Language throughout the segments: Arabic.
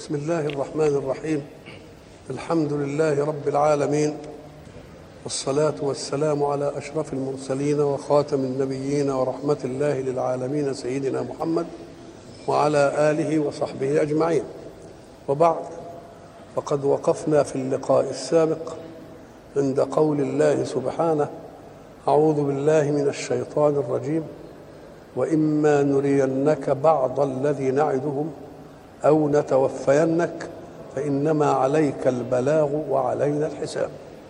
بسم الله الرحمن الرحيم. الحمد لله رب العالمين، والصلاة والسلام على أشرف المرسلين وخاتم النبيين ورحمة الله للعالمين سيدنا محمد وعلى آله وصحبه أجمعين. وبعد، فقد وقفنا في اللقاء السابق عند قول الله سبحانه: أعوذ بالله من الشيطان الرجيم، وإما نرينك بعض الذي نعدهم أو نتوفينك فإنما عليك البلاغ وعلينا الحساب.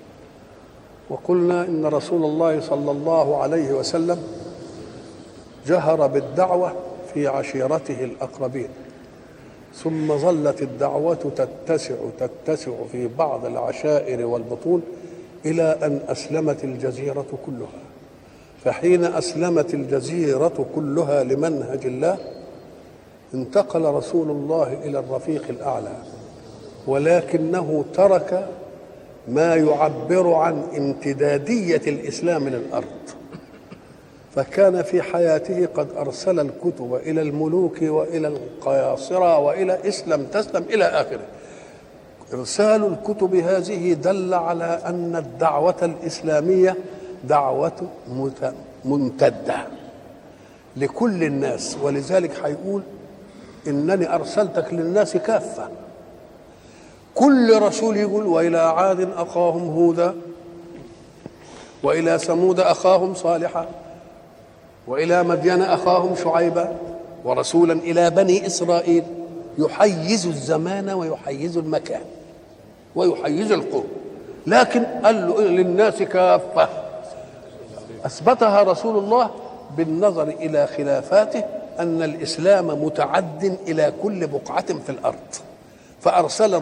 وقلنا إن رسول الله صلى الله عليه وسلم جهر بالدعوة في عشيرته الأقربين، ثم ظلت الدعوة تتسع في بعض العشائر والبطون إلى أن أسلمت الجزيرة كلها. فحين أسلمت الجزيرة كلها لمنهج الله انتقل رسول الله إلى الرفيق الأعلى، ولكنه ترك ما يعبر عن امتدادية الإسلام للأرض. فكان في حياته قد أرسل الكتب إلى الملوك وإلى القياصرة وإلى اسلم تسلم إلى آخره. إرسال الكتب هذه دل على أن الدعوة الإسلامية دعوة ممتدة لكل الناس، ولذلك هيقول: إنني أرسلتك للناس كافة. كل رسول يقول: وإلى عاد أخاهم هودا، وإلى ثمود أخاهم صالحا، وإلى مدين أخاهم شعيبا، ورسولا إلى بني إسرائيل، يحيز الزمان ويحيز المكان ويحيز القوم. لكن قال له للناس كافة، أثبتها رسول الله بالنظر إلى خلافاته أن الإسلام متعد إلى كل بقعة في الأرض، فأرسل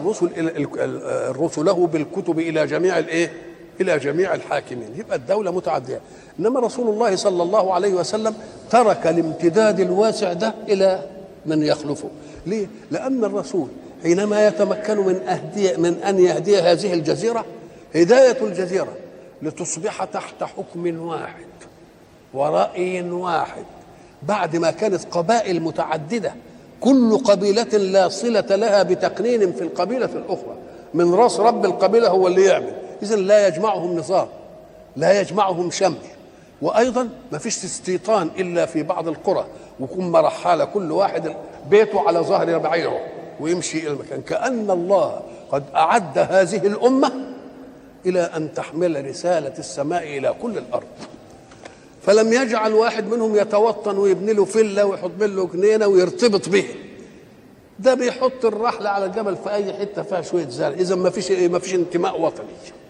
رسله بالكتب إلى جميع إلى جميع الحاكمين. يبقى الدولة متعدية. إنما رسول الله صلى الله عليه وسلم ترك الامتداد الواسع ده إلى من يخلفه. ليه؟ لأن الرسول حينما يتمكن من أن يهدي هذه الجزيرة، هداية الجزيرة لتصبح تحت حكم واحد ورأي واحد، بعد ما كانت قبائل متعددة كل قبيلة لا صلة لها بتقنين في القبيلة الأخرى، من رأس رب القبيلة هو اللي يعمل. إذن لا يجمعهم نظام، لا يجمعهم شمل، وأيضا ما فيش استيطان إلا في بعض القرى، وكن مرحالة كل واحد بيته على ظهر بعيره ويمشي إلى المكان. كأن الله قد أعد هذه الأمة إلى أن تحمل رسالة السماء إلى كل الأرض، فلم يجعل واحد منهم يتوطن ويبني له فيلا ويحط له جنينه ويرتبط به. ده بيحط الرحله على الجبل في اي حته فيها شويه زرع. اذا ما فيش انتماء وطني.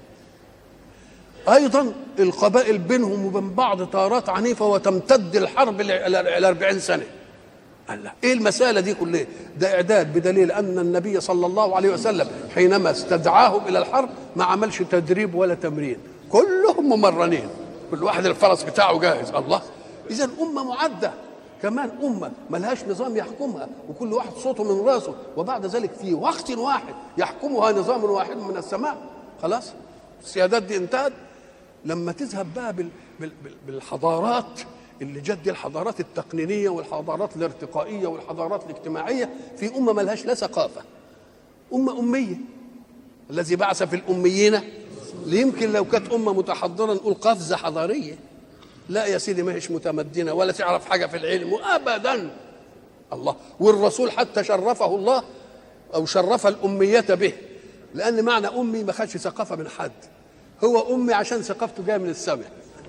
ايضا القبائل بينهم وبين بعض طارات عنيفه وتمتد الحرب الى 40 سنه. الله، ايه المساله دي كلها؟ ده اعداد، بدليل ان النبي صلى الله عليه وسلم حينما استدعاهم الى الحرب ما عملش تدريب ولا تمرين، كلهم ممرنين، كل واحد الفرس بتاعه جاهز. الله، إذن أمة معدة، كمان أمة ملهاش نظام يحكمها وكل واحد صوته من راسه، وبعد ذلك في وقت واحد يحكمها نظام واحد من السماء. خلاص السيادات دي انتهت. لما تذهب بقى بالحضارات اللي جد الحضارات التقنينية والحضارات الارتقائية والحضارات الاجتماعية، في أمة ملهاش لا ثقافة، أمة أمية. الذي بعث في الأميين، يمكن لو كانت أمة متحضرة نقول قفزة حضارية. لا يا سيدي، ما هيش متمدنة ولا تعرف حاجة في العلم أبدا. الله، والرسول حتى شرفه الله أو شرف الأمية به، لأن معنى أمي ما خدش ثقافة من حد، هو أمي عشان ثقافته جاية من السماء.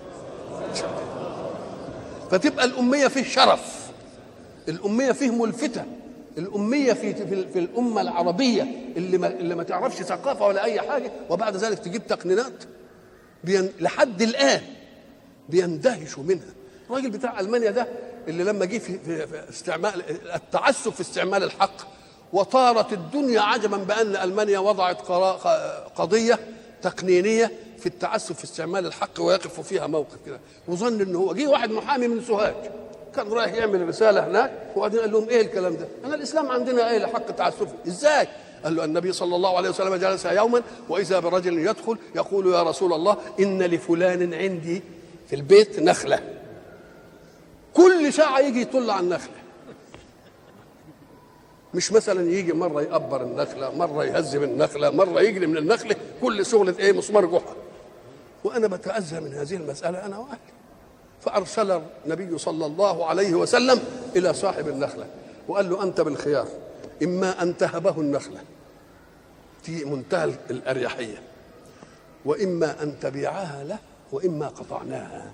فتبقى الأمية فيه شرف، الأمية فيه ملفتة، الأمية في الأمة العربية اللي ما تعرفش ثقافة ولا أي حاجة، وبعد ذلك تجيب تقنينات لحد الآن بيندهشوا منها. الراجل بتاع ألمانيا ده اللي لما جه في استعمال التعسف في استعمال الحق، وطارت الدنيا عجبا بأن ألمانيا وضعت قضية تقنينية في التعسف في استعمال الحق ويقف فيها موقف كده، وظن إنه هو جه واحد محامي من سوهاج كان رايح يعمل رسالة هناك، وبعدين قال لهم: ايه الكلام ده؟ انا الاسلام عندنا ايه لحق تعسفي؟ ازاي؟ قال له: النبي صلى الله عليه وسلم جلس يوما واذا برجل يدخل يقول: يا رسول الله، ان لفلان عندي في البيت نخلة، كل ساعة يجي يطل على النخلة. مش مثلا يجي مره يقبر النخله، مره يهزم النخله، مره يجري من النخله، كل شغله ايه؟ مسمار جحا. وانا بتاذى من هذه المساله انا واهلي. فارسل النبي صلى الله عليه وسلم الى صاحب النخله وقال له انت بالخيار، اما ان تهبه النخله في منتهى الاريحيه، واما ان تبيعها له، واما قطعناها.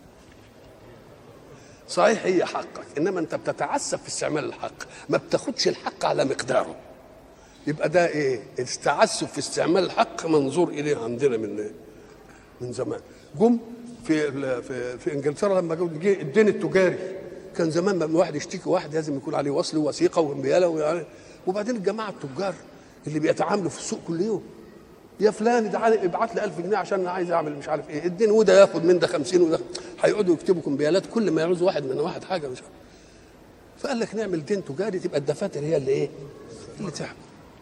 صحيح هي حقك، انما انت بتتعسف في استعمال الحق، ما بتاخدش الحق على مقداره. يبقى ده ايه؟ التعسف في استعمال الحق منظور اليه عندنا من زمان. جم في انجلترا لما جه الدين التجاري، كان زمان لما واحد يشتكي واحد لازم يكون عليه وصل ووثيقه وامبياله، وبعدين الجماعه التجار اللي بيتعاملوا في السوق كل يوم، يا فلان ابعت لي 1000 جنيه عشان انا عايز اعمل مش عارف ايه، الدين وده ياخد من ده 50 وده، هيقعدوا يكتبوا كمبيالات كل ما يعوز واحد من واحد حاجه مش عارف. فقال لك نعمل دين تجاري، تبقى الدفاتر هي اللي ايه؟ اللي تحكم.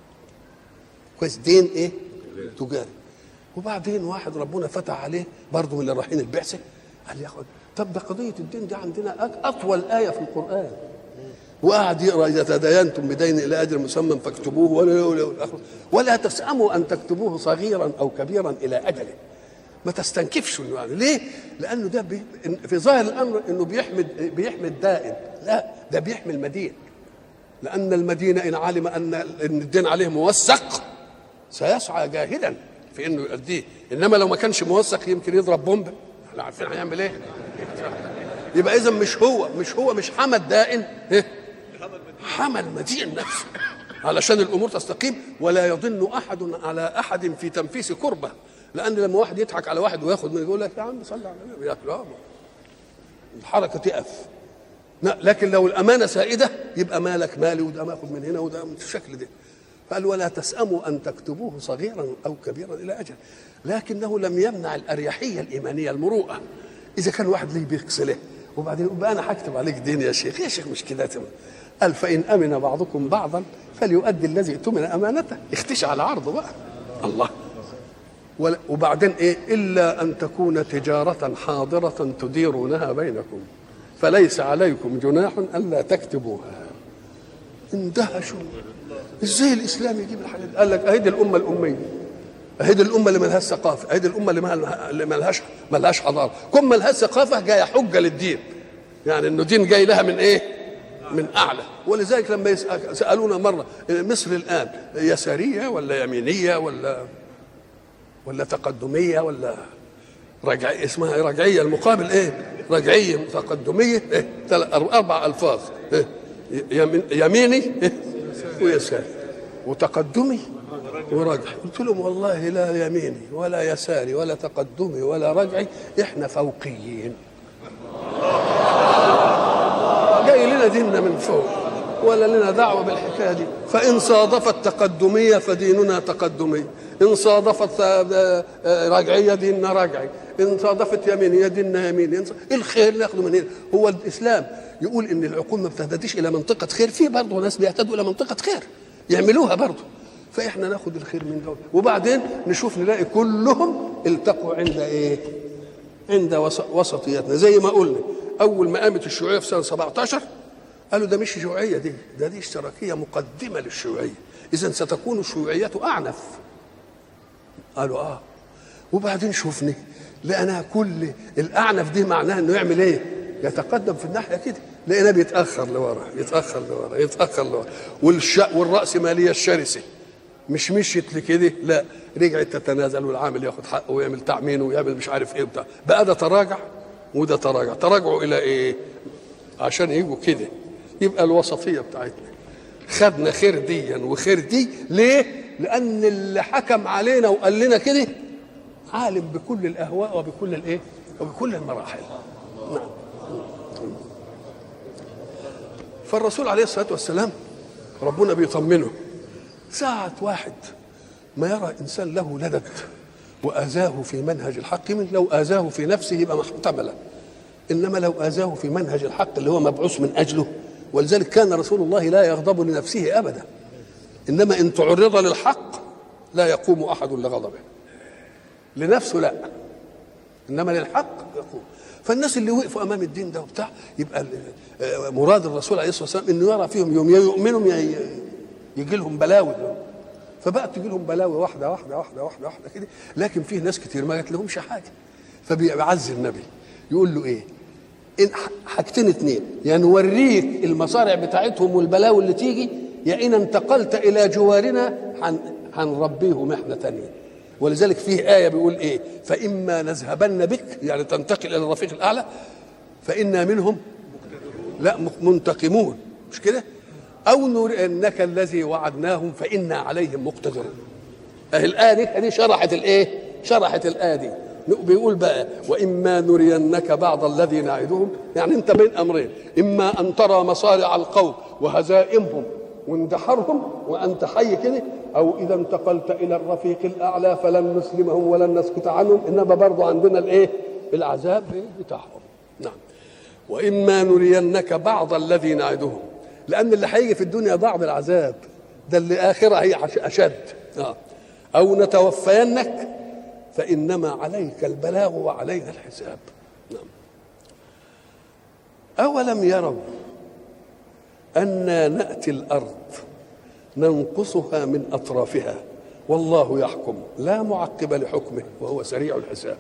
كويس، دين ايه؟ تجاري. وبعدين واحد ربنا فتح عليه برضه من اللي رايحين البعثه، قال ياخد. طب ده قضيه الدين دي عندنا اطول ايه في القران، وقعد يقرا اذا تداينتم بدين الى اجل مسمى فاكتبوه ولا تسأموا ان تكتبوه صغيرا او كبيرا الى اجله. ما تستنكفش يعني. ليه؟ لانه ده في ظاهر الامر انه بيحمي الدائن، لا ده بيحمي المدين. لان المدين ان علم ان الدين عليه موثق سيسعى جاهدا في انه يؤديه، انما لو ما كانش موثق يمكن يضرب بومبه. احنا عارفين هيعمل ايه. يبقى اذا مش حمى الدائن، حمى المدين نفسه علشان الامور تستقيم، ولا يظن احد على احد في تنفيس كربه. لان لما واحد يضحك على واحد وياخد منه يقول لك يا عم صلي على النبي، ياكل الحركه تقف. لكن لو الامانه سائده يبقى مالك مالي، وده ماخذ من هنا وده بالشكل ده. قال ولا تسأموا ان تكتبوه صغيرا او كبيرا الى اجل. لكنه لم يمنع الاريحيه الايمانيه، المروءه. اذا كان واحد ليه بيغسله وبعدين يقول بقى انا هكتب عليك دين يا شيخ، يا شيخ مش كده. قال فان امن بعضكم بعضا فليؤدي الذي اؤتمن امانته. اختش على عرضه بقى الله. وبعدين ايه؟ الا ان تكون تجاره حاضره تديرونها بينكم فليس عليكم جناح الا تكتبوها. اندهشوا ازاي الاسلام يجيب الحاجات دي. قال لك اهي دي الامه الاميه، اهي دي الامه اللي مالهاش ثقافه، اهي دي الامه اللي مالهاش حضاره. كل مالهاش ثقافه جايه حجه للدين، يعني انه دين جاي لها من ايه؟ من اعلى. ولذلك لما سالونا مره مصر الان يساريه ولا يمينيه ولا تقدميه ولا رجعيه، اسمها رجعيه المقابل ايه؟ رجعيه تقدميه ايه؟ 4 الفاظ إيه؟ يميني إيه؟ ويساري وتقدمي ورجعي. قلت لهم والله لا يميني ولا يساري ولا تقدمي ولا رجعي، احنا فوقيين. جاي لنا ديننا من فوق ولا لنا دعوه بالحكايه دي. فان صادفت تقدميه فديننا تقدمي، ان صادفت رجعيه ديننا رجعي، ان صادفت يمينيه ديننا يميني. الخير ناخذه من هنا. هو الاسلام يقول ان العقول ما بتهتديش الى منطقه خير، في برضه ناس بيهتدوا الى منطقه خير يعملوها برضه، فاحنا ناخذ الخير من دول وبعدين نشوف نلاقي كلهم التقوا عند ايه؟ عند وسطيتنا. زي ما قلنا اول ما قامت الشيوعيه في سنه 17 قالوا ده مش شيوعيه، دي اشتراكيه مقدمه للشيوعيه، اذا ستكون الشيوعيه اعنف. قالوا وبعدين شوفني لقينا كل الاعنف دي معناها انه يعمل ايه؟ يتقدم في الناحيه كده، لقينا بيتاخر لورا يتاخر لورا يتاخر لورا. والراسماليه الشرسه مش مشيت لكده، لا رجعت تتنازل، والعامل ياخد حقه ويعمل تعمينه ويعمل مش عارف ايه وبتاع. بقى ده تراجع وده تراجع. تراجعوا الى ايه؟ عشان يجوا كده. يبقى الوسطيه بتاعتنا خدنا خير ديا وخير دي. ليه؟ لان اللي حكم علينا وقال لنا كده عالم بكل الاهواء وبكل الايه وبكل المراحل. نعم. فالرسول عليه الصلاه والسلام ربنا بيطمنه ساعة واحد ما يرى إنسان له لدد وآذاه في منهج الحق. من لو آذاه في نفسه يبقى محتملا، إنما لو آذاه في منهج الحق اللي هو مبعوث من أجله. ولذلك كان رسول الله لا يغضب لنفسه أبدا، إنما إن تعرض للحق لا يقوم أحد لغضبه. لنفسه لا، إنما للحق يقوم. فالناس اللي وقفوا أمام الدين ده وبتاع يبقى مراد الرسول عليه الصلاة والسلام إنه يرى فيهم يوم يؤمنهم يجي لهم بلاوي، فبقت تجي لهم بلاوي واحده واحده واحده واحده واحده كده. لكن فيه ناس كتير ما جات لهمش حاجه، فبيعزي النبي يقول له ايه؟ إن حاجتين اتنين، يا يعني نوريك المصارع بتاعتهم والبلاوي اللي تيجي، يا ان انتقلت الى جوارنا هنربيهم احنا تانية. ولذلك فيه آية بيقول ايه؟ فإما نذهبن بك، يعني تنتقل الى الرفيق الاعلى، فإنا منهم لا منتقمون، مش كده؟ او نرينك الذي وعدناهم فإنا عليهم مقتدرون. اهي الآية دي شرحت الايه؟ شرحت الآية دي. بيقول بقى واما نرينك بعض الذي نعدهم، يعني انت بين امرين، اما ان ترى مصارع القوم وهزائمهم واندحارهم وانت حي كده، او اذا انتقلت الى الرفيق الاعلى فلن نسلمهم ولن نسكت عنهم، انما برضه عندنا الايه؟ العذاب بتاعهم. نعم. واما نرينك بعض الذي نعدهم، لان اللي هيجي في الدنيا بعض العذاب ده، اللي اخره هي اشد. او نتوفينك فإنما عليك البلاغ وعلينا الحساب. نعم. أولم يروا أنا نأتي الأرض ننقصها من أطرافها والله يحكم لا معقب لحكمه وهو سريع الحساب.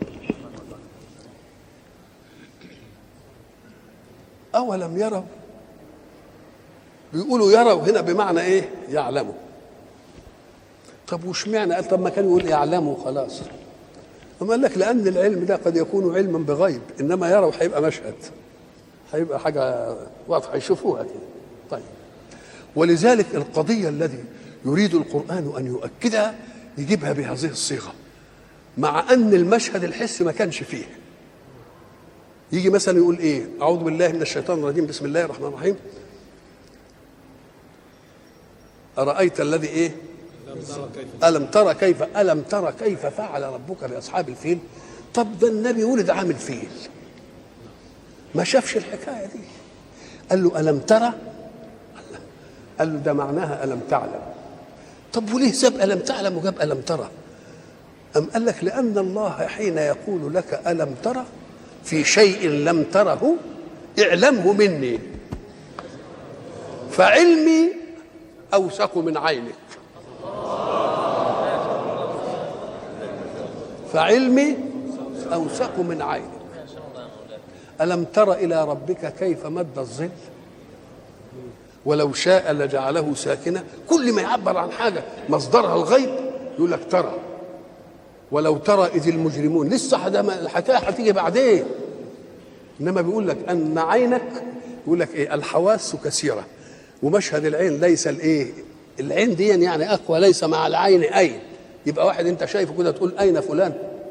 أولم يروا، بيقولوا يروا هنا بمعنى إيه؟ يعلموا. طب وش معنى؟ قال طب ما كان يقول يعلموا خلاص. ثم قال لك لأن العلم ده قد يكون علما بغيب، إنما يروا هيبقى مشهد، هيبقى حاجة واضحة يشوفوها كده. طيب، ولذلك القضية الذي يريد القرآن أن يؤكدها يجيبها بهذه الصيغة، مع أن المشهد الحسي ما كانش فيه. يجي مثلا يقول إيه؟ أعوذ بالله من الشيطان الرجيم، بسم الله الرحمن الرحيم. أرأيت الذي إيه؟ ألم ترى كيف فعل ربك بأصحاب الفيل؟ طب ده النبي ولد عامل فيل، ما شافش الحكاية دي. قال له ألم ترى؟ قال له ده معناها ألم تعلم. طب وليه ساب ألم تعلم وجاب ألم ترى؟ أم قال لك لأن الله حين يقول لك ألم ترى في شيء لم تره اعلمه مني، فعلمي أوثق من عينك، فعلمي أوثق من عينك. ألم تر إلى ربك كيف مد الظل ولو شاء لجعله ساكنة. كل ما يعبر عن حاجة مصدرها الغيب يقول لك ترى. ولو ترى إذ المجرمون، لسه الحكاية هتيجي بعدين، إنما بيقول لك أن عينك، يقول لك إيه؟ الحواس كثيرة، ومشهد العين ليس الإيه؟ العين دي يعني أقوى، ليس مع العين أين. يبقى واحد أنت شايفه كده تقول أين فلان؟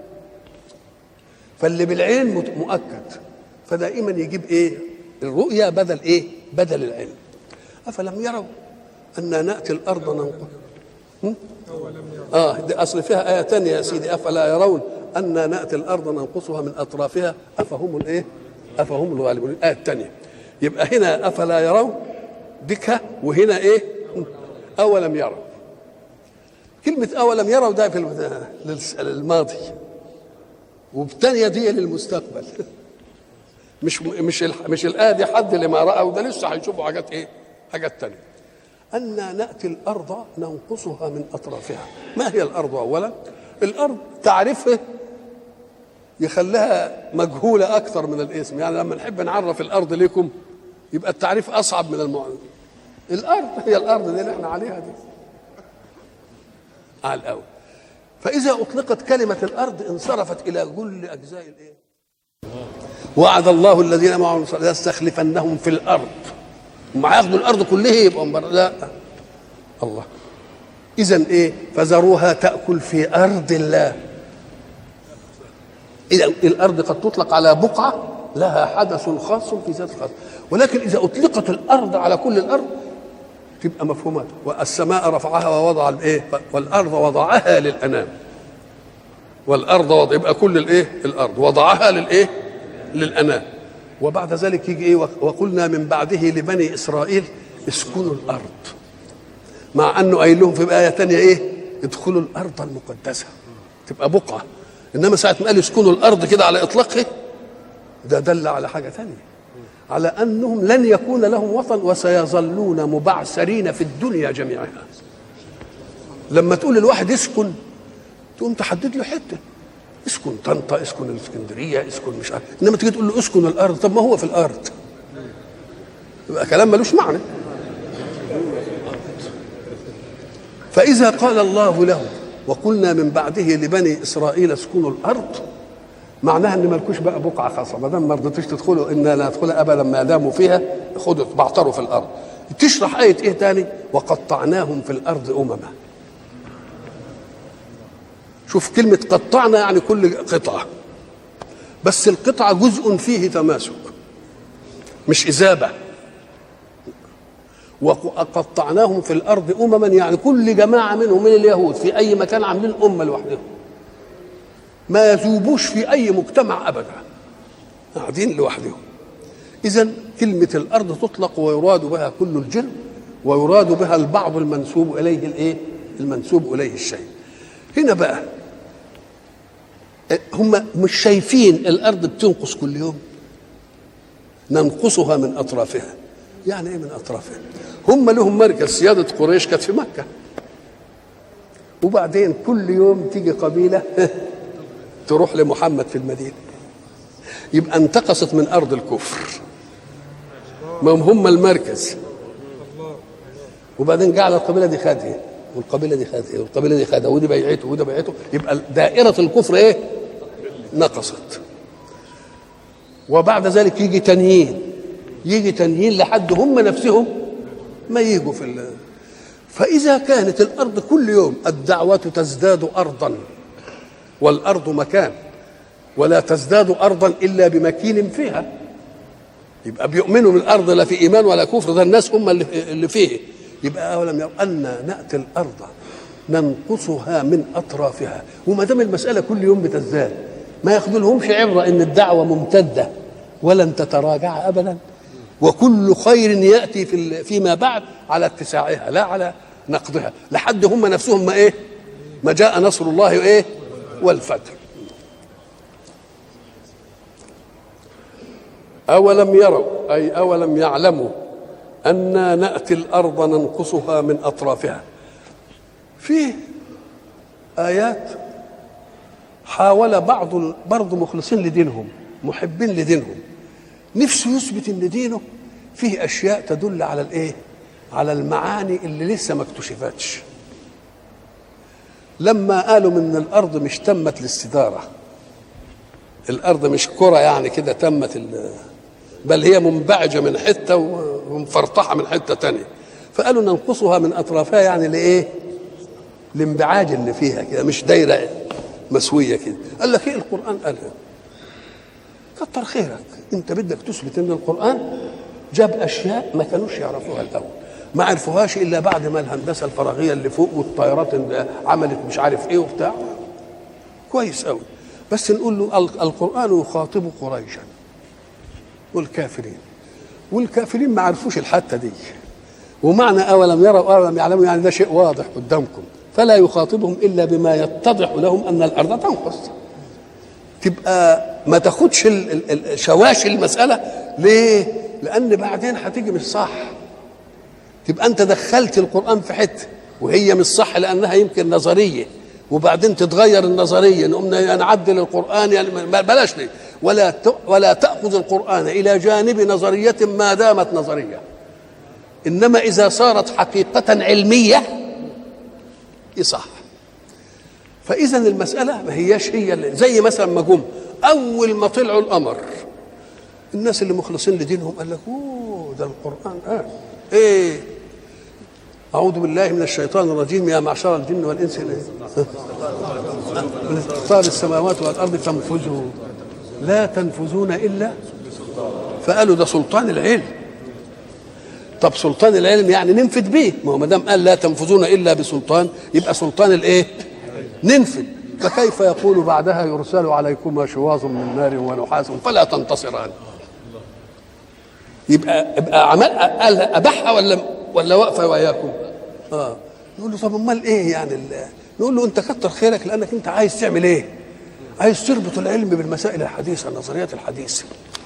فاللي بالعين مؤكد، فدائما يجيب إيه؟ الرؤية بدل إيه؟ بدل العلم. أفلم يروا أن نأتي الأرض ننقص. دي أصل فيها آية تانية يا سيدي، أفلا يرون أن نأتي الأرض ننقصها من أطرافها أفهم الإيه؟ أفهم الغالبون. الآية التانية. يبقى هنا أفلا يرون بك، وهنا إيه؟ أولم يروا. كلمة أولم يروا ده في الماضي، والثانية دي للمستقبل. مش الآية دي حد لما رأوا، ده لسه هيشوفوا حاجات إيه؟ حاجات تانية. أن نأتي الأرض ننقصها من أطرافها. ما هي الأرض أولا؟ الأرض تعرفها يخليها مجهولة أكثر من الاسم. يعني لما نحب نعرف الأرض لكم يبقى التعريف أصعب من المعنى. الأرض هي الأرض دي اللي احنا عليها دي على الأول. فإذا أطلقت كلمة الأرض انصرفت إلى كل أجزاء الإيه؟ وعد الله الذين معهم ليستخلفنهم في الأرض. هم هياخدوا الأرض كلها يبقى لا الله. إذن إيه؟ فذروها تأكل في أرض الله. إذا الأرض قد تطلق على بقعة لها حدث خاص في ذات الخاص، ولكن إذا أطلقت الأرض على كل الأرض تبقى مفهومات. والسماء رفعها ووضع الإيه؟ والأرض وضعها للأنام. والأرض يبقى كل الإيه؟ الأرض وضعها للإيه؟ للأنام. وبعد ذلك يجي إيه؟ وقلنا من بعده لبني إسرائيل اسكنوا الأرض، مع أنه قايل لهم في آية تانية إيه؟ ادخلوا الأرض المقدسة، تبقى بقعة. إنما ساعة ما قال اسكنوا الأرض كده على إطلاقه، ده دل على حاجة ثانية، على أنهم لن يكون لهم وطن وسيظلون مبعثرين في الدنيا جميعها. لما تقول للواحد اسكن تقوم تحدد له حته، اسكن طنطا، اسكن الاسكندريه، اسكن مش عارف. انما تيجي تقول له اسكن الارض، طب ما هو في الارض، يبقى كلام ملوش معنى. فاذا قال الله له وقلنا من بعده لبني اسرائيل اسكنوا الارض، معناها ان مالكوش بقى بقعه خاصه، ما دام ما رضيتوش تدخلوا انا لا ندخلها ابدا ما داموا فيها، خدوا بعتروا في الارض. تشرح ايه ايه تاني؟ وقطعناهم في الارض امما. شوف كلمه قطعنا يعني كل قطعه، بس القطعه جزء فيه تماسك مش اذابه. وقطعناهم في الارض امما يعني كل جماعه منهم من اليهود في اي مكان عاملين امه لوحدهم، ما يذوبوش في اي مجتمع ابدا، قاعدين لوحدهم. اذا كلمه الارض تطلق ويراد بها كل الجن، ويراد بها البعض المنسوب اليه الايه؟ المنسوب اليه الشيء. هنا بقى هم مش شايفين الارض بتنقص كل يوم؟ ننقصها من اطرافها. يعني ايه من اطرافها؟ هم لهم مركز، سياده قريش كانت في مكه، وبعدين كل يوم تيجي قبيله تروح لمحمد في المدينه، يبقى انتقصت من ارض الكفر، ما هم المركز. وبعدين جعل القبيله دي خدها والقبيله دي خدها والقبيله دي خدها، ودي بيعته وده بيعته، يبقى دائره الكفر ايه؟ نقصت. وبعد ذلك يجي تنيين لحد هم نفسهم ما يجوا في فإذا كانت الأرض كل يوم الدعوة تزداد أرضا، والأرض مكان، ولا تزداد أرضا إلا بمكين فيها، يبقى بيؤمنوا بالأرض لا في إيمان ولا كفر، ده الناس هم اللي فيه. يبقى أولم يروا أن نأتي الأرض ننقصها من أطرافها. وما دام المسألة كل يوم بتزداد، ما ياخذلهمش عبرة إن الدعوة ممتدة ولن تتراجع أبدا، وكل خير يأتي فيما بعد على اتساعها لا على نقضها، لحد هم نفسهم ما جاء نصر الله والفتح. أولم يروا أي أولم يعلموا أنا نأتي الأرض ننقصها من أطرافها. فيه آيات حاول بعض مخلصين لدينهم محبين لدينهم نفسه يثبت ان دينه فيه اشياء تدل على على المعاني اللي لسه ما اكتشفتش. لما قالوا من الارض مش تمت الاستداره، الارض مش كره يعني كده تمت بل هي منبعجه من حته ومفرطحه من حته تانية، فقالوا ننقصها من اطرافها يعني الانبعاج اللي فيها كده، مش دايره مسويه كده. قال لك ايه القران قالها؟ كتر خيرك، انت بدك تثبت ان القران جاب اشياء ما كانوش يعرفوها الاول، ما عرفوهاش الا بعد ما الهندسه الفراغيه اللي فوق والطيارات اللي عملت مش عارف ايه وبتاع. كويس قوي، بس نقول له القران يخاطب قريشا والكافرين ما عرفوش الحته دي. ومعنى اولم يروا اولم يعلموا يعني ده شيء واضح قدامكم، فلا يخاطبهم الا بما يتضح لهم ان الارض تنقص. تبقى ما تاخدش شواشي المساله. ليه؟ لان بعدين هتيجي مش صح، تبقى انت دخلت القران في حته وهي مش صح لانها يمكن نظريه، وبعدين تتغير النظريه نقوم نعدل القران. يعني بلاش ليه، ولا تاخذ القران الى جانب نظريه ما دامت نظريه، انما اذا صارت حقيقه علميه يصح. فاذا المساله ما هياش هي زي مثلا ما جم اول ما طلعوا القمر، الناس اللي مخلصين لدينهم قال لك اوه ده القران ايه اعوذ بالله من الشيطان الرجيم يا معشر الجن والانس من اقطار السماوات والارض فانفذوا لا تنفذون الا. فقالوا ده سلطان العلم. طب سلطان العلم يعني ننفذ به، ما هو ما دام قال لا تنفذون الا بسلطان يبقى سلطان ننفذ. فكيف يقول بعدها يرسل عليكما شواظ من نار ونحاس فلا تنتصران؟ يبقى عمل قال اباحها ولا واقفه وياكم؟ نقول له طب امال ايه يعني نقول له انت كتر خيرك لانك انت عايز تعمل ايه؟ عايز تربط العلم بالمسائل الحديثه النظريات الحديثه.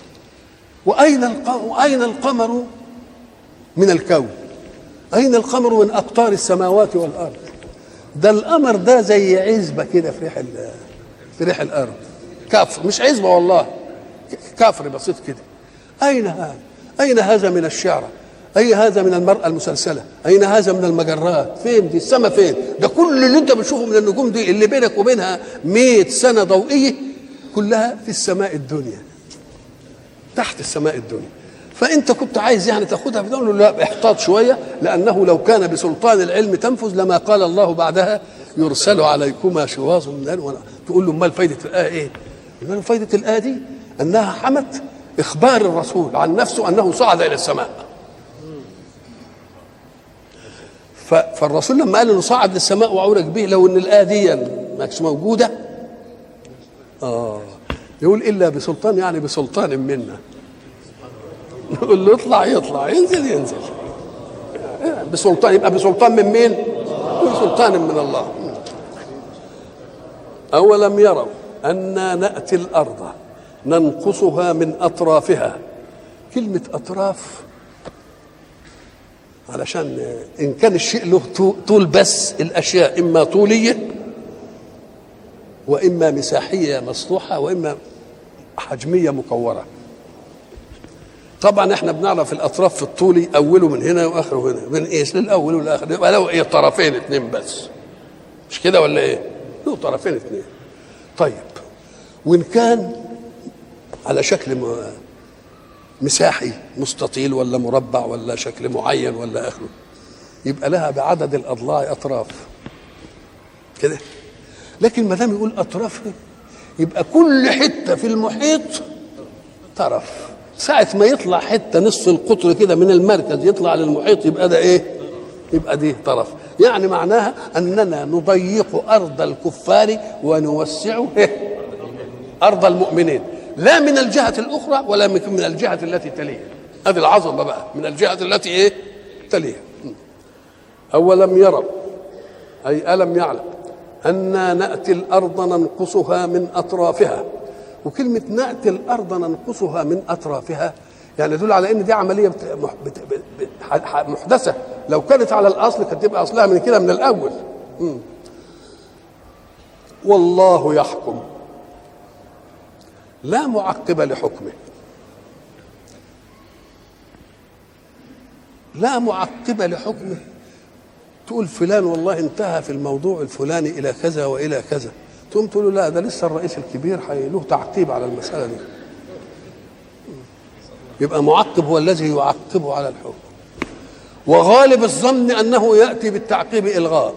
واين القمر من الكون؟ اين القمر من اقطار السماوات والارض؟ ده القمر ده زي عزبه كده في ريح الارض، كفر مش عزبه والله، كفر بسيط كده. اين هذا؟ اين هذا من الشعره؟ اين هذا من المرأة المسلسله؟ اين هذا من المجرات؟ فين دي السماء؟ فين ده؟ كل اللي انت بتشوفه من النجوم دي اللي بينك وبينها 100 سنه ضوئيه كلها في السماء الدنيا، تحت السماء الدنيا. فانت كنت عايز يعني تاخدها بدون له؟ لا، احتاط شويه، لانه لو كان بسلطان العلم تنفذ لما قال الله بعدها يرسل عليكما شواظ من نار. تقول له امال فايده الايه ايه؟ يقول له فايده الايه دي انها حمت اخبار الرسول عن نفسه انه صعد الى السماء. فالرسول لما قال انه صعد للسماء وعرج به، لو ان الايه دي مش موجوده يقول الا بسلطان، يعني بسلطان منا. نقول له اطلع يطلع، ينزل بسلطان. يبقى بسلطان من مين؟ بسلطان من الله. أولم يروا أنا نأتي الأرض ننقصها من أطرافها. كلمة أطراف علشان إن كان الشيء له طول، بس الأشياء إما طولية وإما مساحية مسطوحة وإما حجمية مكورة. طبعا احنا بنعرف الاطراف في الطولي اوله من هنا واخره هنا، من ايش للاول والاخر، يبقى له ايه؟ طرفين اثنين بس، مش كده ولا ايه؟ له طرفين اثنين. طيب وان كان على شكل مساحي مستطيل ولا مربع ولا شكل معين ولا اخره، يبقى لها بعدد الاضلاع اطراف كده. لكن ما دام يقول اطراف يبقى كل حته في المحيط طرف. ساعة ما يطلع حتة نصف القطر كده من المركز يطلع للمحيط، يبقى ده ايه؟ يبقى دي طرف. يعني معناها اننا نضيق ارض الكفار ونوسع ارض المؤمنين، لا من الجهة الاخرى ولا من الجهة التي تليها. هذه العظمة بقى، من الجهة التي ايه؟ تليها. اولم يروا اي الم يعلم انا نأتي الارض ننقصها من اطرافها. وكلمة نأتي الأرض ننقصها من أطرافها يعني يدل على إن دي عملية محدثة. لو كانت على الأصل كانت تبقى أصلها من كده من الأول. والله يحكم لا معقب لحكمه. لا معقب لحكمه. تقول فلان والله انتهى في الموضوع الفلاني إلى كذا وإلى كذا، تقوم تقول له لا ده لسه الرئيس الكبير له تعقيب على المسألة دي. يبقى معقب هو الذي يعقبه على الحكم. وغالب الظن أنه يأتي بالتعقيب إلغاء.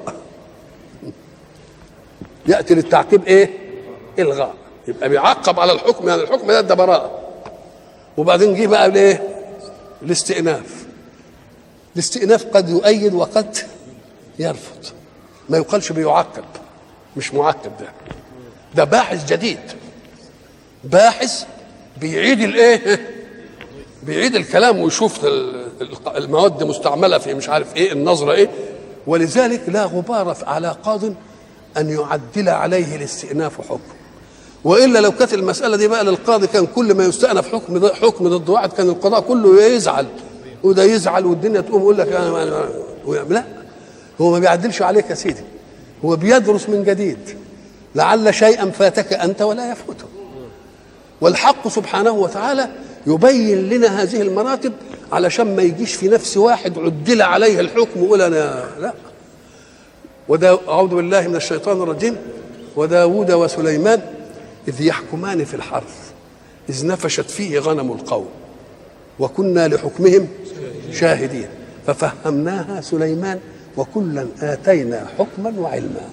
يأتي للتعقيب إيه؟ إلغاء. يبقى بيعقب على الحكم، يعني الحكم ده براءة. وبعدين جه بقى لإيه؟ الاستئناف. الاستئناف قد يؤيد وقد يرفض، ما يقالش بيعقب، مش معقب. ده باحث جديد، باحث بيعيد الايه؟ بيعيد الكلام ويشوف المواد مستعمله في مش عارف ايه، النظره ايه. ولذلك لا غبار على قاض ان يعدل عليه الاستئناف حكم. والا لو كانت المساله دي بقى للقاضي كان كل ما يستأنف حكم ضد واحد كان القضاء كله يزعل، وده يزعل والدنيا تقوم يقول لك انا لا، هو ما بيعدلش عليك يا سيدي، هو بيدرس من جديد لعل شيئا فاتك أنت ولا يفوته. والحق سبحانه وتعالى يبين لنا هذه المراتب علشان ما يجيش في نفس واحد عدل عليه الحكم ويقول أنا لا. أعوذ بالله من الشيطان الرجيم. وداود وسليمان إذ يحكمان في الحرث إذ نفشت فيه غنم القوم وكنا لحكمهم شاهدين ففهمناها سليمان وكلا آتينا حكما وعلما.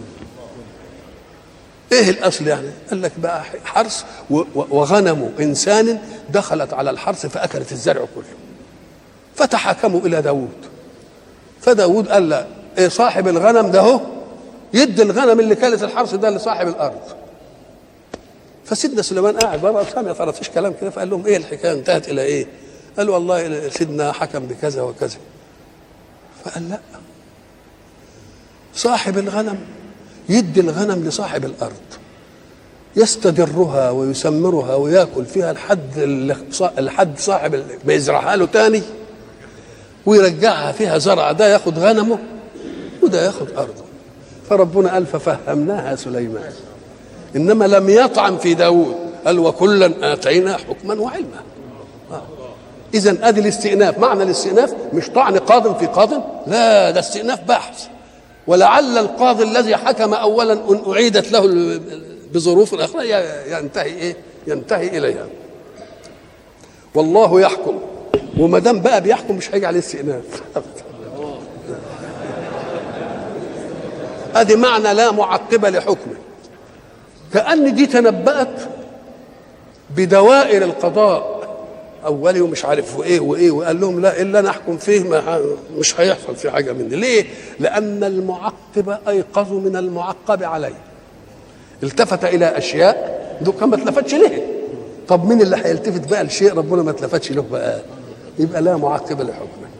ايه الاصل يعني؟ قال لك بقى حرث وغنم انسان دخلت على الحرث فاكلت الزرع كله، فتحاكموا الى داود. فداود قال لا، إيه صاحب الغنم ده هو يدي الغنم اللي كانت الحرث ده لصاحب الارض. فسيدنا سليمان قاعد بره سامع طرطيش كلام كده، فقال لهم ايه الحكايه انتهت الى ايه؟ قالوا والله سيدنا حكم بكذا وكذا. فقال لا، صاحب الغنم يدي الغنم لصاحب الارض يستدرها ويسمرها وياكل فيها لحد صاحب ما يزرعها له تاني ويرجعها فيها زرع، ده ياخد غنمه وده ياخد ارضه. فربنا قال ففهمناها سليمان، إنما لم يطعن في داود، قال وكلا آتينا حكما وعلما. إذن أدي الاستئناف. معنى الاستئناف مش طعن قاض في قاض، لا، ده استئناف بحث. ولعل القاضي الذي حكم أولا أن أعيدت له بظروف أخرى ينتهي إليها. والله يحكم، وما دام بقى بيحكم مش هيجي عليه استئناف. ادي معنى لا معقب لحكمه، كأن دي تنبأت بدوائر القضاء اولي ومش عارف وايه وايه، وقال لهم لا، الا انا احكم فيه مش هيحصل فيه حاجه مني. ليه؟ لان المعقب ايقظ من المعقب عليه، التفت الى اشياء دوكا ما اتلفتش ليه. طب مين اللي هيلتفت بقى لشيء ربنا ما اتلفتش له بقى؟ يبقى لا معقب لحكمه.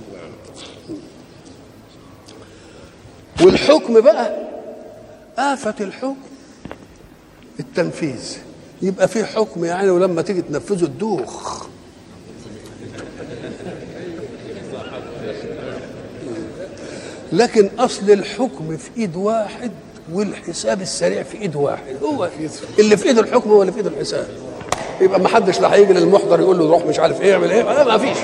والحكم بقى آفة الحكم التنفيذ. يبقى في حكم يعني ولما تيجي تنفذه تدوخ. لكن أصل الحكم في إيد واحد والحساب السريع في إيد واحد. هو اللي في إيد الحكم هو اللي في إيد الحساب. يبقى ما حدش لا هيجي للمحضر يقول له روح مش عارف ايه اعمل ايه، ما فيش.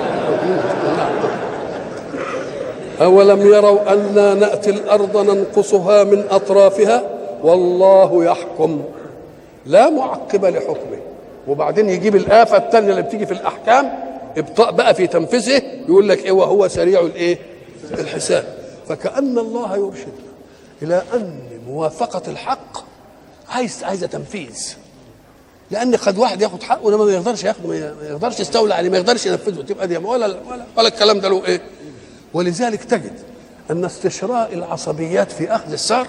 أولم يروا أنا نأتي الأرض ننقصها من أطرافها والله يحكم لا معقب لحكمه. وبعدين يجيب الآفة الثانية اللي بتيجي في الأحكام، ابطاء بقى في تنفيذه، يقول لك إيه وهو سريع الإيه؟ الحساب. فكأن الله يرشدنا إلى أن موافقة الحق عايزة تنفيذ، لأن قد واحد ياخد حقه لما ما يقدرش ياخده، ما يقدرش يستولى عليه، ما يقدرش ينفذه، تبقى دي ولا الكلام ده له إيه؟ ولذلك تجد أن استشراء العصبيات في أخذ السار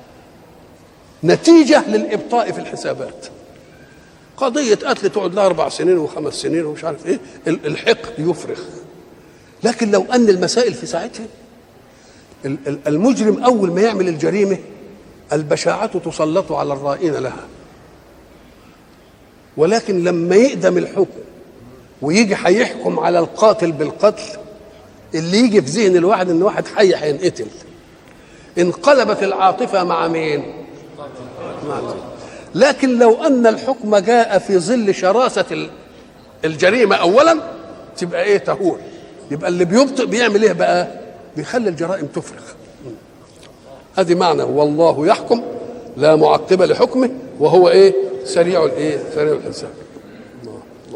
نتيجة للإبطاء في الحسابات. قضية قتل تقعد لها 4 سنين و5 سنين ومش عارف إيه، الحقد يفرخ. لكن لو أن المسائل في ساعتها، المجرم أول ما يعمل الجريمة البشاعة تسلط على الرائين لها، ولكن لما يقدم الحكم ويجي هيحكم على القاتل بالقتل، اللي يجي في ذهن الواحد ان واحد حي هينقتل، انقلبت العاطفه مع مين؟ مع مين؟ لكن لو ان الحكم جاء في ظل شراسه الجريمه اولا تبقى ايه؟ تهون. يبقى اللي بيبطئ بيعمل ايه بقى؟ بيخلي الجرائم تفرخ. هذه معنى والله يحكم لا معقب لحكمه وهو ايه؟ سريع الايه؟ سريع الحساب. الله.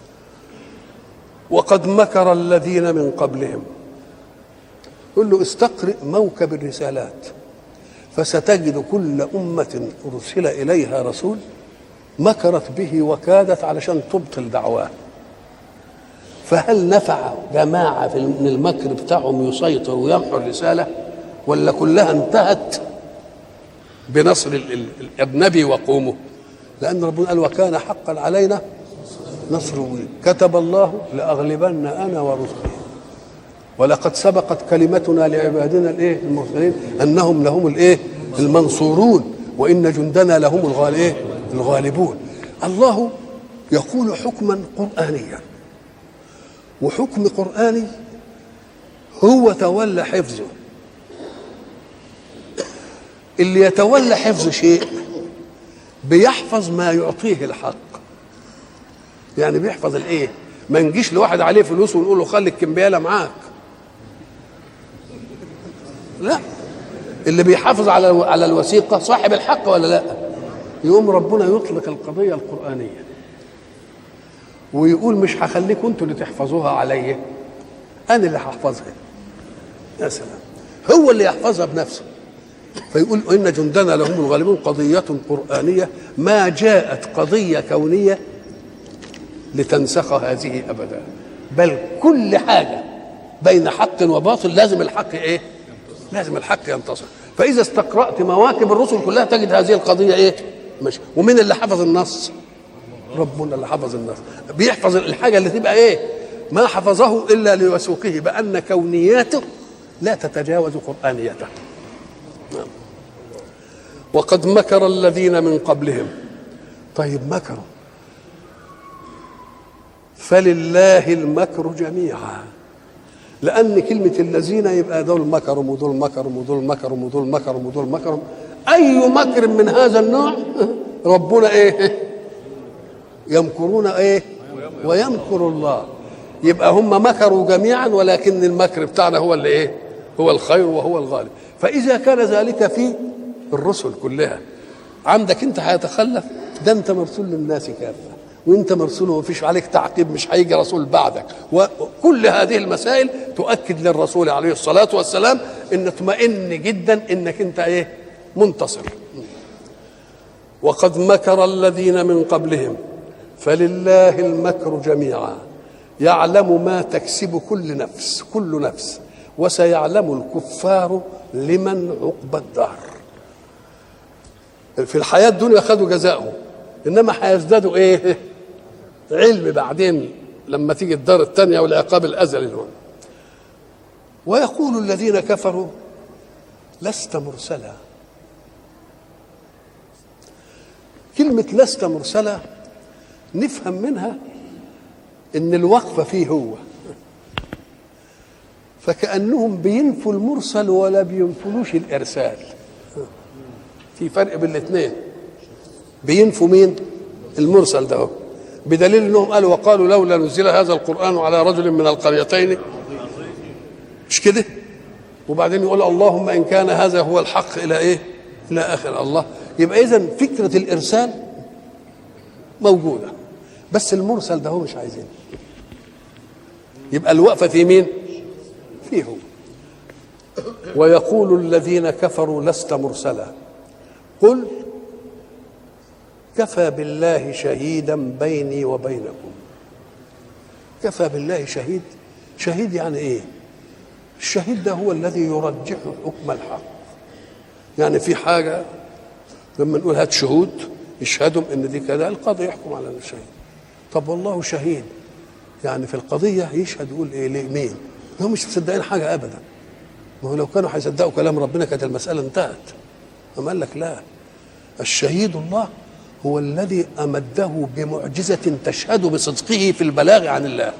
وقد مكر الذين من قبلهم. قل له استقرئ موكب الرسالات فستجد كل أمة أرسل إليها رسول مكرت به وكادت علشان تبطل دعواه. فهل نفع جماعة من المكر بتاعهم يسيطر ويمحو الرسالة، ولا كلها انتهت بنصر النبي وقومه؟ لأن ربنا قال وكان حقا علينا نصر المؤمنين، كتب الله لأغلبن أنا ورسلي ولقد سبقت كلمتنا لعبادنا الايه المرسلين انهم لهم الايه المنصورون وان جندنا لهم الغالبون. الله يقول حكما قرآنيا، وحكم قرآني هو تولى حفظه. اللي يتولى حفظ شيء بيحفظ ما يعطيه الحق، يعني بيحفظ الايه. ما نجيش لواحد عليه فلوس ونقول له خلي الكمبياله معاك، لا، اللي بيحافظ على الوثيقه صاحب الحق ولا لا؟ يقوم ربنا يطلق القضيه القرآنيه ويقول مش هخليكم انتوا اللي تحفظوها عليا، انا اللي هحفظها. يا سلام، هو اللي يحفظها بنفسه. فيقول ان جندنا لهم الغالبون قضيه قرآنيه ما جاءت قضيه كونيه لتنسخ هذه ابدا، بل كل حاجه بين حق وباطل لازم الحق ايه؟ لازم الحق ينتصر. فاذا استقرأت مواكب الرسل كلها تجد هذه القضيه ايه؟ ماشي. ومين اللي حفظ النص؟ ربنا اللي حفظ النص. بيحفظ الحاجه اللي تبقى ايه؟ ما حفظه الا ليوثقه بان كونياته لا تتجاوز قرآنيته. وقد مكر الذين من قبلهم. طيب مكروا، فلله المكر جميعا. لأن كلمة الذين يبقى دول مكرم ودول مكرم ودول مكرم ودول مكرم ودول مكرم، أي مكر من هذا النوع ربنا إيه؟ يمكرون إيه؟ ويمكر الله. يبقى هم مكروا جميعا، ولكن المكر بتاعنا هو اللي إيه؟ هو الخير وهو الغالب. فإذا كان ذلك في الرسل كلها، عندك أنت هيتخلف؟ ده أنت مرسول للناس كافة، وانت مرسول ومفيش عليك تعقيب، مش هيجي رسول بعدك. وكل هذه المسائل تؤكد للرسول عليه الصلاة والسلام ان اطمئن جدا انك انت ايه؟ منتصر. وقد مكر الذين من قبلهم فلله المكر جميعا يعلم ما تكسب كل نفس وسيعلم الكفار لمن عقبى الدار. في الحياة الدنيا خدوا جزاءهم، انما هيزدادوا ايه؟ علم بعدين لما تيجي الدار الثانيه والعقاب الازلي هنا. ويقول الذين كفروا لست مرسلا. كلمه لست مرسلا نفهم منها ان الوقفه فيه هو، فكانهم بينفوا المرسل ولا بينفلوش الارسال. في فرق بين الاثنين. بينفوا مين؟ المرسل ده هو. بدليل انهم قالوا وقالوا لولا نزل هذا القرآن على رجل من القريتين، مش كده؟ وبعدين يقول اللهم ان كان هذا هو الحق الى ايه؟ الى اخر الله. يبقى اذا فكرة الارسال موجودة، بس المرسل ده هو مش عايزين. يبقى الوقفة في مين؟ فيه هو. ويقول الذين كفروا لست مرسلا قل كفى بالله شهيدا بيني وبينكم. كفى بالله شهيد. شهيد يعني ايه؟ الشهيد ده هو الذي يرجح حكم الحق. يعني في حاجه لما نقول هات شهود يشهدوا ان دي كذا، القاضي يحكم على الشهيد. طب والله شهيد يعني في القضيه يشهد يقول ايه؟ ليه؟ مين؟ هم مش مصدقين حاجه ابدا. ما هو لو كانوا هيصدقوا كلام ربنا كانت المساله انتهت. أما قال لك لا، الشهيد الله هو الذي أمده بمعجزة تشهد بصدقه في البلاغ عن الله،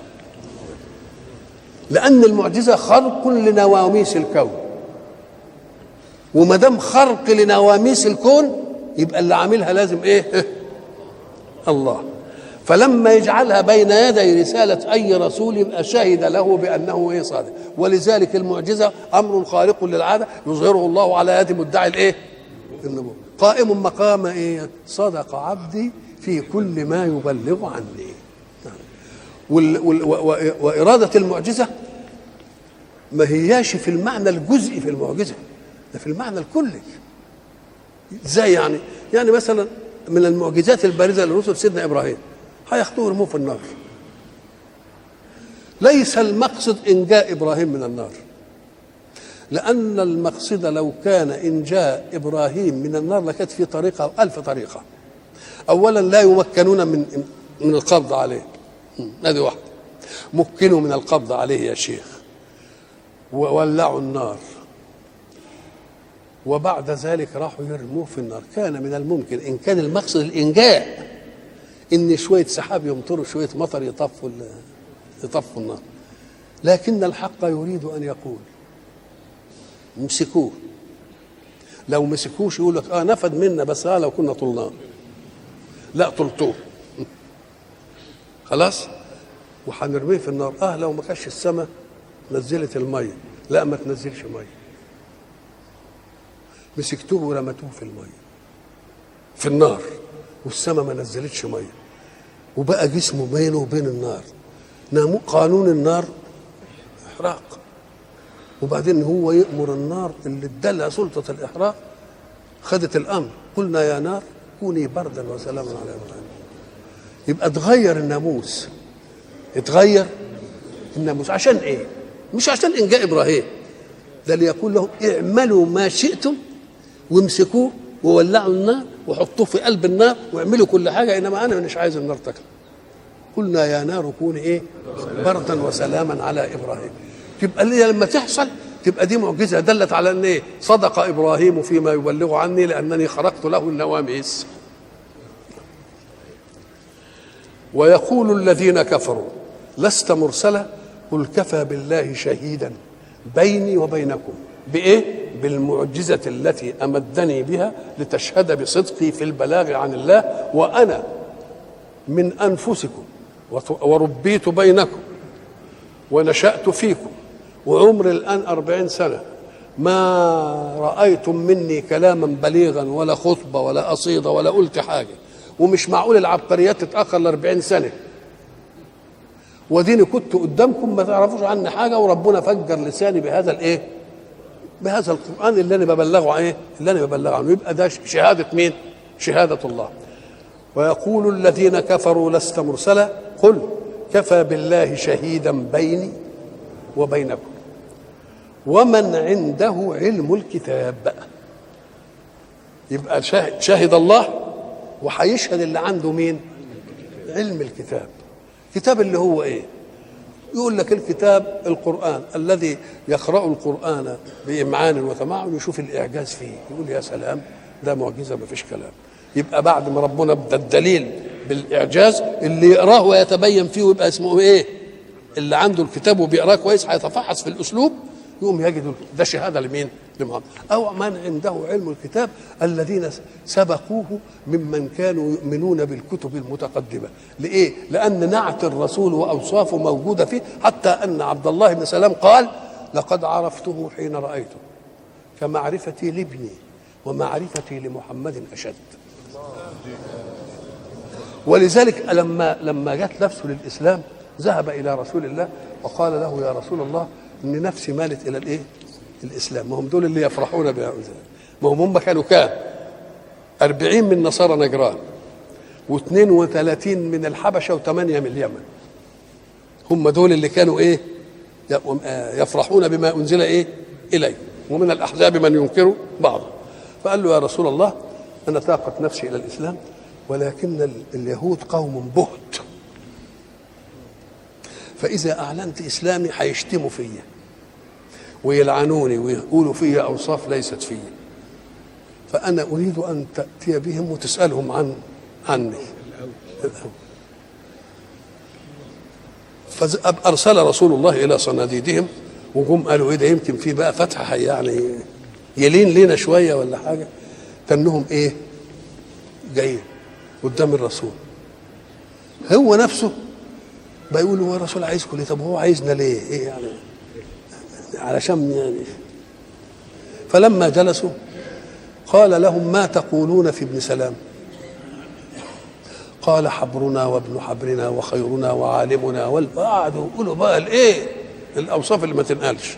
لأن المعجزة خرق لنواميس الكون، وما دام خرق لنواميس الكون يبقى اللي عاملها لازم ايه؟ الله. فلما يجعلها بين يدي رسالة أي رسول يبقى شهد له بأنه ايه؟ صادق. ولذلك المعجزة أمر خارق للعادة يظهره الله على يد مدعي الايه؟ النبوة. قائم مقام ايه؟ صدق عبدي في كل ما يبلغ عني. وإرادة المعجزة ما هياش في المعنى الجزئي في المعجزة، ده في المعنى الكلي. ازاي يعني؟ يعني مثلا من المعجزات البارزة للرسل سيدنا إبراهيم هياخدوه يرموه في النار. ليس المقصد إنجاء إبراهيم من النار، لأن المقصد لو كان إنجاء إبراهيم من النار لكانت في طريقة 1000 طريقة. أولا لا يمكنون من القبض عليه، هذه واحدة. مكنوا من القبض عليه يا شيخ وولعوا النار، وبعد ذلك راحوا يرموه في النار. كان من الممكن إن كان المقصد الإنجاء إن شوية سحاب يمطروا شوية مطر يطفوا النار، لكن الحق يريد أن يقول امسكوه. لو مسكوش يقول لك نفد منا، بس لو كنا طلناه. لا، طلتوه خلاص وهنرميه في النار. لو ما كانش السماء نزلت الميه، لا ما تنزلش ميه. مسكتوه ورمتوه في الميه في النار، والسماء ما نزلتش ميه، وبقى جسمه بينه وبين النار. قانون النار احراق، وبعدين هو يأمر النار اللي ادالها سلطة الإحراق خدت الأمر، قلنا يا نار كوني بردا وسلاما على إبراهيم. يبقى اتغير الناموس، اتغير الناموس. عشان ايه؟ مش عشان إنجاء إبراهيم، ده ليقول لهم اعملوا ما شئتم وامسكوه وولعوا النار وحطوه في قلب النار واعملوا كل حاجة، إنما أنا مش عايز النار تكلم. قلنا يا نار كوني ايه؟ بردا وسلاما على إبراهيم. تبقى لما تحصل تبقى دي معجزه دلت على ان ايه؟ صدق ابراهيم فيما يبلغ عني لانني خرقت له النواميس. ويقول الذين كفروا لست مرسلا قل كفى بالله شهيدا بيني وبينكم بإيه؟ بالمعجزة التي أمدني بها لتشهد بصدقي في البلاغ عن الله، وأنا من أنفسكم وربيت بينكم ونشأت فيكم وعمري الآن 40 سنة، ما رأيتم مني كلاما بليغا ولا خطبة ولا قصيدة ولا قلت حاجة، ومش معقول العبقريات تتأخر ل40 سنة، وديني كنت قدامكم ما تعرفوش عني حاجة، وربنا فجر لساني بهذا الإيه؟ بهذا القرآن اللي أنا ببلغه إيه؟ اللي أنا ببلغه عنه. يبقى ده شهادة مين؟ شهادة الله. ويقول الذين كفروا لست مرسلا قل كفى بالله شهيدا بيني وبينكم ومن عنده علم الكتاب. يبقى شاهد الله وهيشهد اللي عنده مين؟ علم الكتاب. كتاب اللي هو ايه؟ يقول لك الكتاب القرآن الذي يقرأ القرآن بإمعان وتمعن يشوف الإعجاز فيه يقول يا سلام ده معجزة ما فيش كلام. يبقى بعد ما ربنا ادى الدليل بالإعجاز اللي يقراه ويتبين فيه ويبقى اسمه ايه؟ اللي عنده الكتاب وبيقراه كويس هيتفحص في الأسلوب يقوم يجد ده شهادة لمين؟ لمحمد. أو من عنده علم الكتاب الذين سبقوه ممن كانوا يؤمنون بالكتب المتقدمة. لإيه؟ لأن نعت الرسول وأوصافه موجودة فيه، حتى أن عبد الله بن سلام قال لقد عرفته حين رأيته كمعرفتي لابني ومعرفتي لمحمد أشد. ولذلك لما جت نفسه للإسلام ذهب إلى رسول الله وقال له يا رسول الله إن نفسي مالت إلى الإيه؟ الإسلام. ما هم دول اللي يفرحون بها. ما هم كانوا كام؟ 40 من نصارى نجران و32 من الحبشة و8 من اليمن. هم دول اللي كانوا إيه؟ يفرحون بما أنزل إيه؟ إليه. ومن الأحزاب من ينكر بعضه. فقال له يا رسول الله أنا تاقت نفسي إلى الإسلام ولكن اليهود قوم بهت، فإذا أعلنت إسلامي هيشتموا فيا ويلعنوني ويقولوا فيا أوصاف ليست فيا، فأنا أريد أن تأتي بهم وتسألهم عني. فأرسل رسول الله إلى صناديدهم وهم قالوا إيه ده يمكن في بقى فتحة يعني يلين لينا شوية ولا حاجة. كأنهم إيه؟ جايين قدام الرسول هو نفسه بيقول هو الرسول عايزكم ليه؟ طب هو عايزنا ليه؟ ايه يعني؟ علشان يعني. فلما جلسوا قال لهم ما تقولون في ابن سلام؟ قال حبرنا وابن حبرنا وخيرنا وعالمنا وقعدوا يقولوا بقى الايه؟ الاوصاف اللي ما تنقالش.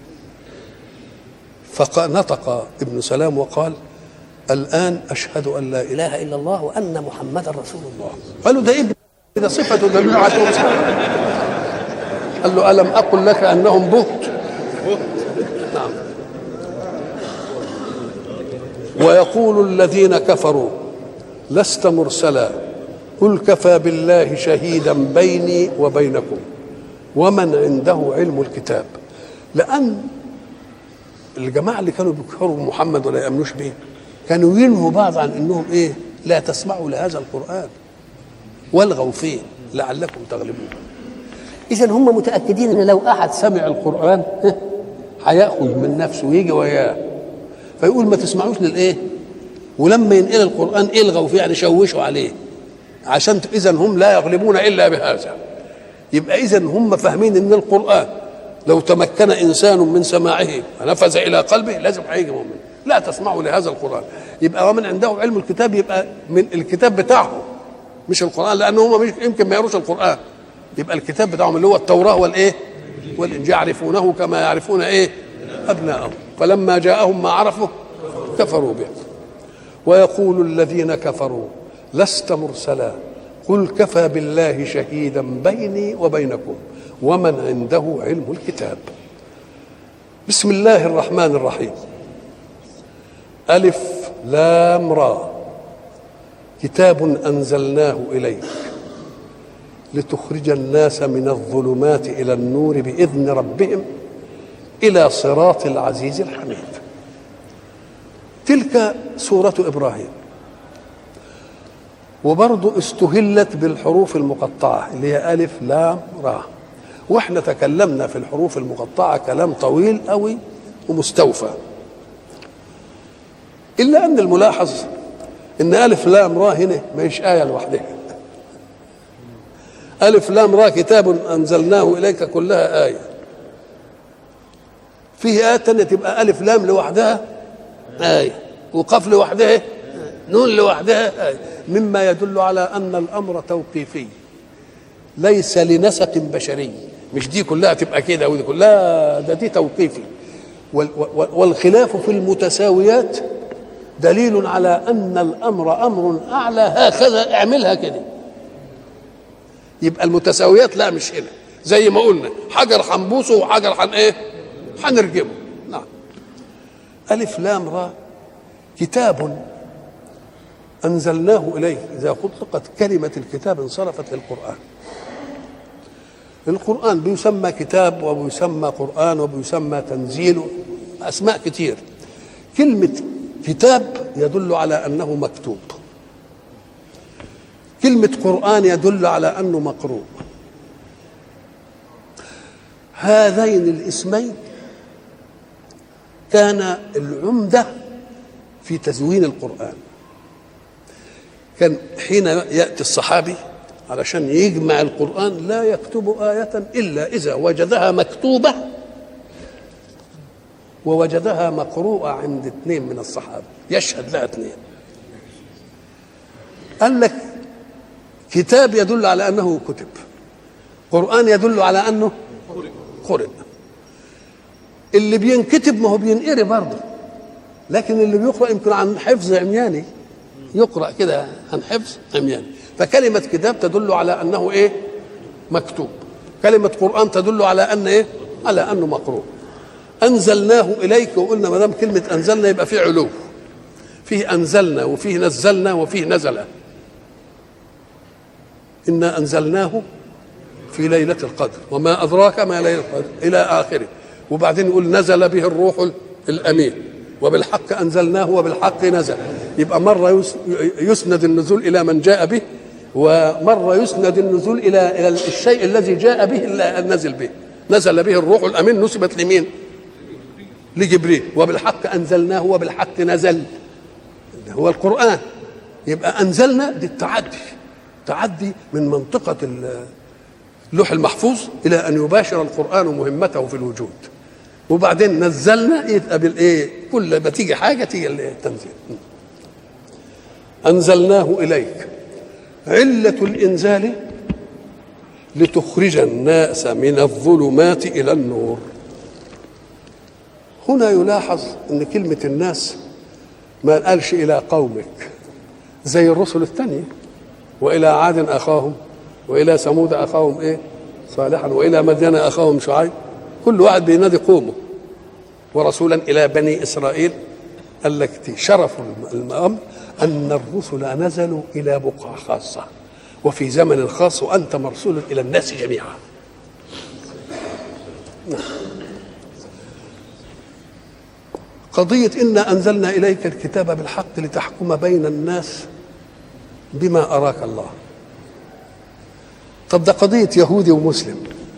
فنطق ابن سلام وقال الآن أشهد أن لا إله إلا الله وأن محمدا رسول الله. قالوا ده ابن ده صفة تدل على قال له ألم أقل لك أنهم بهت؟ نعم. ويقول الذين كفروا لست مرسلا قل كفى بالله شهيدا بيني وبينكم ومن عنده علم الكتاب. لأن الجماعة اللي كانوا بيكفروا محمد ولا يأمنوش به كانوا ينهوا بعض عن انهم ايه؟ لا تسمعوا لهذا القرآن والغوا فيه لعلكم تغلبون. اذا هم متأكدين ان لو احد سمع القرآن هيأخذ من نفسه ويجي وياه، فيقول ما تسمعوش للايه؟ ولما ينقل القرآن الغوا فيه يعني شوشوا عليه عشان اذا هم لا يغلبون الا بهذا. يبقى اذا هم فاهمين ان القرآن لو تمكن انسان من سماعه ونفذ الى قلبه لازم هيجي مؤمن. لا تسمعوا لهذا القرآن. يبقى ومن عنده علم الكتاب يبقى من الكتاب بتاعهم مش القرآن، لأن هم يمكن ما يقروش القرآن. يبقى الكتاب بتاعهم اللي هو التوراة والإيه؟ والإنجيل يعرفونه كما يعرفون إيه؟ أبناءهم. فلما جاءهم ما عرفوا كفروا به. ويقول الذين كفروا لست مرسلا قل كفى بالله شهيدا بيني وبينكم ومن عنده علم الكتاب. بسم الله الرحمن الرحيم. ألف لام را كتاب أنزلناه إليك لتخرج الناس من الظلمات إلى النور بإذن ربهم إلى صراط العزيز الحميد. تلك سورة إبراهيم، وبرضو استهلت بالحروف المقطعة اللي هي ألف لام را، واحنا تكلمنا في الحروف المقطعة كلام طويل قوي ومستوفى، إلا أن الملاحظ إن ألف لام را هنا مش آية لوحدها. ألف لام را كتاب أنزلناه إليك كلها آية. فيه آية تانية تبقى ألف لام لوحدها آية، وقاف لوحدها، نون لوحدها آية، مما يدل على أن الأمر توقيفي ليس لنسق بشري. مش دي كلها تبقى كده ودي كلها، ده دي توقيفي. والخلاف في المتساويات دليل على أن الأمر أمر أعلى، هكذا اعملها كده. يبقى المتساويات لا مش هنا، زي ما قلنا حجر هنبوسه وحجر هنرجمه. نعم. ألف لام را كتاب أنزلناه إليك. إذا أطلقت كلمة الكتاب انصرفت للقرآن. القرآن بيسمى كتاب وبيسمى قرآن وبيسمى تنزيل، أسماء كتير. كلمة كتاب يدل على أنه مكتوب، كلمة قرآن يدل على أنه مقروء. هذين الاسمين كان العمدة في تزوين القرآن. كان حين يأتي الصحابي علشان يجمع القرآن لا يكتب آية إلا إذا وجدها مكتوبة ووجدها مقروءة عند اثنين من الصحابة يشهد لها اثنين. قال لك كتاب يدل على أنه كتب، قرآن يدل على أنه قرئ. اللي بينكتب ما هو بينقري برضه، لكن اللي بيقرأ يمكن عن حفظ عمياني، يقرأ كده عن حفظ عمياني. فكلمة كتاب تدل على أنه إيه؟ مكتوب. كلمة قرآن تدل على أن إيه؟ على أنه مقروء. أنزلناه إليك، وقلنا ما دام كلمة أنزلنا يبقى فيه علو، فيه أنزلنا وفيه نزلنا وفيه نزل. إنا أنزلناه في ليلة القدر وما أدراك ما ليلة القدر إلى آخره. وبعدين يقول نزل به الروح الأمين وبالحق أنزلناه وبالحق نزل. يبقى مرة يسند النزول إلى من جاء به، ومرة يسند النزول إلى الشيء الذي جاء به النزل به. نزل به الروح الأمين نسبت لمين؟ لجبريل. وبالحق أنزلناه وبالحق نزل، هو القرآن. يبقى أنزلنا دي تعدي من منطقة اللوح المحفوظ إلى أن يباشر القرآن مهمته في الوجود. وبعدين نزلنا يبقى بالإيه؟ كل ما تيجي حاجة تيجي التنزيل. أنزلناه إليك. علة الإنزال لتخرج الناس من الظلمات إلى النور. هنا يلاحظ أن كلمة الناس ما قالش إلى قومك زي الرسل الثانية، وإلى عاد أخاهم، وإلى ثمود أخاهم إيه؟ صالحا، وإلى مدين أخاهم شعيب. كل واحد بينادي قومه. ورسولا إلى بني إسرائيل. قال لك شرف الأمر أن الرسل نزلوا إلى بقعة خاصة وفي زمن خاص، وأنت مرسول إلى الناس جميعا. قضية إنا أنزلنا إليك الكتاب بالحق لتحكم بين الناس بما أراك الله. طب ده قضية يهودي ومسلم،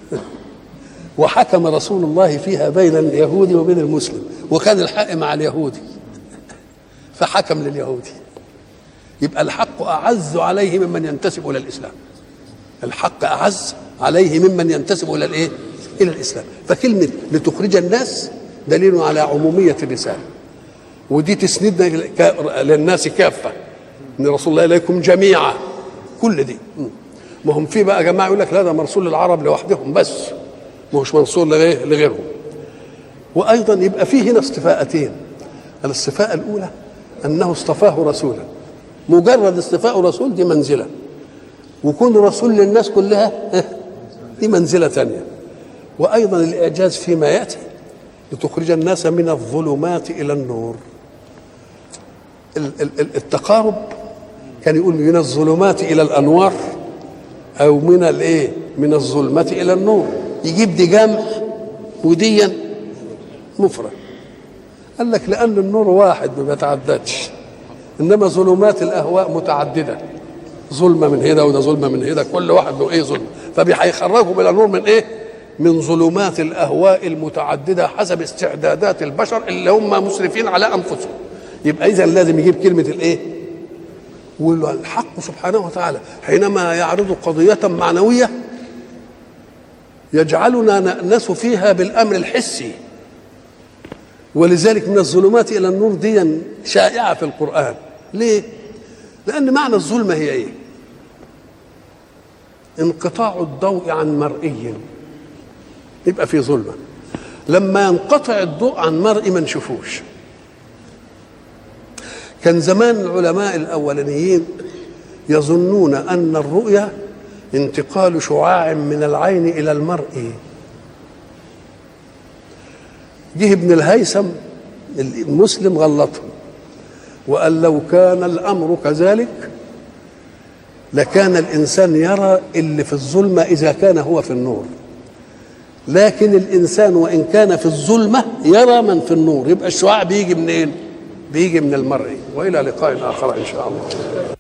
وحكم رسول الله فيها بين اليهودي وبين المسلم، وكان الحق مع اليهودي فحكم لليهودي. يبقى الحق أعز عليه ممن ينتسب إلى الإسلام. الحق أعز عليه ممن ينتسب إلى الإيه؟ إلى الإسلام. فكلمة لتخرج الناس دليل على عمومية الرسالة، ودي تسندنا للناس كافة، إن رسول الله إليكم جميعا. كل دي ما هم في بقى جماعة يقول لك لا ده مرسول للعرب لوحدهم بس، ما هوش منصور لغيرهم. وأيضا يبقى فيه هنا اصطفاءتين. الاصطفاء الأولى أنه اصطفاه رسولا، مجرد اصطفاء رسول دي منزلة، وكون رسول للناس كلها دي منزلة ثانية. وأيضا الإعجاز فيما يأتي لتخرج الناس من الظلمات إلى النور. التقارب كان يقول من الظلمات إلى الأنوار، أو من الإيه؟ من الظلمة إلى النور. يجيب دي جمع وديا مفرد. قال لك لأن النور واحد ما بيتعددش، إنما ظلمات الأهواء متعددة، ظلمة من هنا وده ظلمة من هنا، كل واحد له إيه ظلمة، فبيخرجوا إلى النور من إيه؟ من ظلمات الأهواء المتعددة حسب استعدادات البشر اللي هم مسرفين على أنفسهم. يبقى إذا لازم يجيب كلمة الإيه؟ والحق سبحانه وتعالى حينما يعرض قضية معنوية يجعلنا نأنس فيها بالأمر الحسي، ولذلك من الظلمات إلى النور دي شائعة في القرآن. ليه؟ لأن معنى الظلمة هي إيه؟ انقطاع الضوء عن مرئي، يبقى في ظلمة. لما ينقطع الضوء عن مرئي ما نشوفوش. كان زمان العلماء الأولانيين يظنون أن الرؤية انتقال شعاع من العين إلى المرئي. جه ابن الهيثم المسلم غلطهم وقال لو كان الأمر كذلك لكان الإنسان يرى اللي في الظلمة إذا كان هو في النور، لكن الإنسان وإن كان في الظلمة يرى من في النور. يبقى الشعاع بيجي منين؟ بيجي من المرئي. وإلى لقاء آخر إن شاء الله.